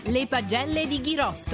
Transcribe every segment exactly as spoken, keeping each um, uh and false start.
Le pagelle di Ghirotto.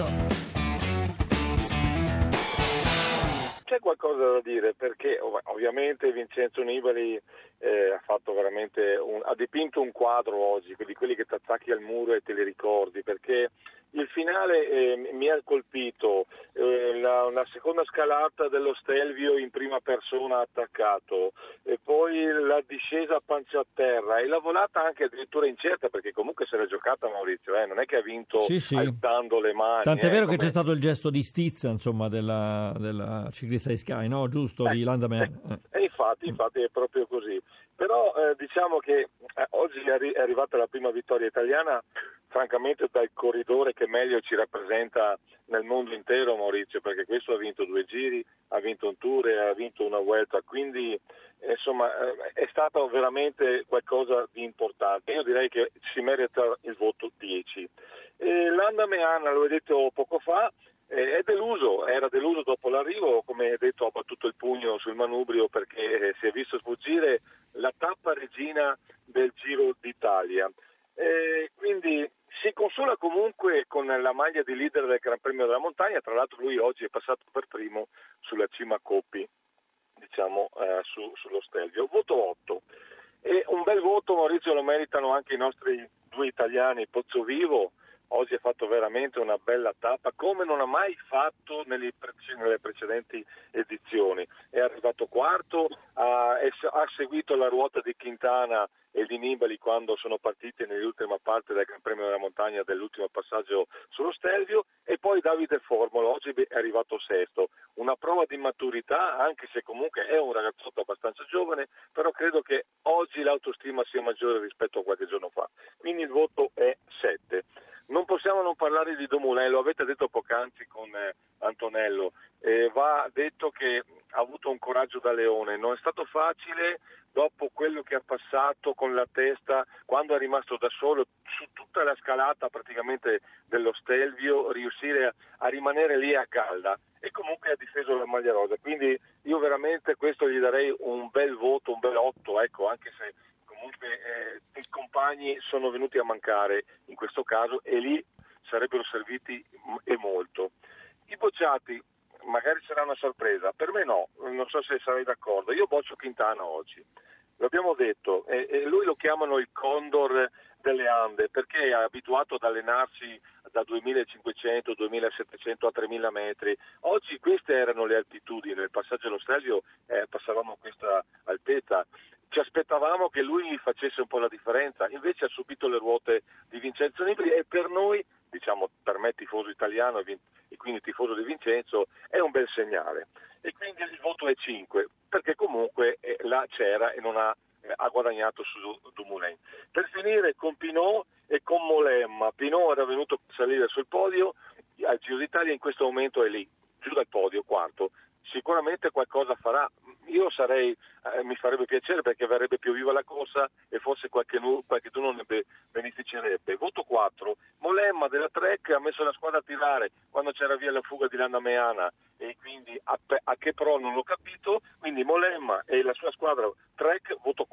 C'è qualcosa da dire perché ov- ovviamente Vincenzo Nibali eh, ha fatto veramente un, ha dipinto un quadro oggi di quelli che ti attacchi al muro e te li ricordi, perché il finale eh, mi ha colpito, eh, la, la seconda scalata dello Stelvio in prima persona attaccato, e poi la discesa a pancia a terra e la volata anche addirittura incerta, perché comunque se l'è giocata Maurizio, eh, non è che ha vinto Sì, sì. alzando le mani. Tant'è eh, vero come... che c'è stato il gesto di stizza, insomma, della, della ciclista di Sky, no? Giusto, Eh, di Landamea. eh, E infatti, infatti è proprio così. Però eh, diciamo che eh, oggi è, arri- è arrivata la prima vittoria italiana, francamente dal corridore che meglio ci rappresenta nel mondo intero, Maurizio, perché questo ha vinto due giri, ha vinto un Tour e ha vinto una Vuelta, quindi eh, insomma eh, è stato veramente qualcosa di importante. Io direi che si merita il voto dieci. E Landameana, l'ho detto poco fa, Eh, è deluso, era deluso dopo l'arrivo, come detto ha battuto il pugno sul manubrio perché eh, si è visto sfuggire la tappa regina del Giro d'Italia. Eh, quindi si consola comunque con la maglia di leader del Gran Premio della Montagna, tra l'altro lui oggi è passato per primo sulla cima Coppi, diciamo eh, su, sullo Stelvio. Voto otto. E un bel voto, Maurizio, lo meritano anche i nostri due italiani, Pozzovivo. Oggi ha fatto veramente una bella tappa, come non ha mai fatto nelle, prece- nelle precedenti edizioni. È arrivato quarto, ha, è, ha seguito la ruota di Quintana e di Nibali quando sono partiti nell'ultima parte del Gran Premio della Montagna dell'ultimo passaggio sullo Stelvio, e poi Davide Formolo, oggi è arrivato sesto. Una prova di maturità, anche se comunque è un ragazzotto abbastanza giovane, però credo che oggi l'autostima sia maggiore rispetto a qualche giorno fa. Quindi il voto è sette. Non possiamo non parlare di Dumoulin, lo avete detto poc'anzi con eh, Antonello, eh, va detto che ha avuto un coraggio da leone, non è stato facile dopo quello che ha passato con la testa quando è rimasto da solo su tutta la scalata praticamente dello Stelvio, riuscire a, a rimanere lì a calda, e comunque ha difeso la maglia rosa, quindi io veramente questo gli darei un bel voto, un bel otto, ecco, anche se comunque eh, i compagni sono venuti a mancare in questo caso e lì sarebbero serviti m- e molto. I bocciati magari sarà una sorpresa, per me no, non so se sarai d'accordo, io boccio Quintana oggi, l'abbiamo detto, e, e lui lo chiamano il Condor delle Ande perché è abituato ad allenarsi da duemilacinquecento duemilasettecento a tremila metri. Oggi queste erano le altitudini, nel passaggio allo Stelvio eh, passavamo a questa altezza. Ci aspettavamo che lui facesse un po' la differenza, invece ha subito le ruote di Vincenzo Nibali, e per noi, diciamo per me tifoso italiano e quindi tifoso di Vincenzo, è un bel segnale. E quindi il voto è cinque, perché comunque eh, là c'era e non ha, eh, ha guadagnato su Dumoulin. Per finire con Pinot e con Molemma. Pinot era venuto a salire sul podio, al Giro d'Italia in questo momento è lì, giù dal podio, quarto. Sicuramente qualcosa farà, io sarei, eh, mi farebbe piacere perché verrebbe più viva la corsa e forse qualche qualcuno ne be- beneficerebbe. Voto quattro, Molemma della Trek ha messo la squadra a tirare quando c'era via la fuga di Landameana, e quindi a, a che pro non l'ho capito, quindi Molemma e la sua squadra Trek voto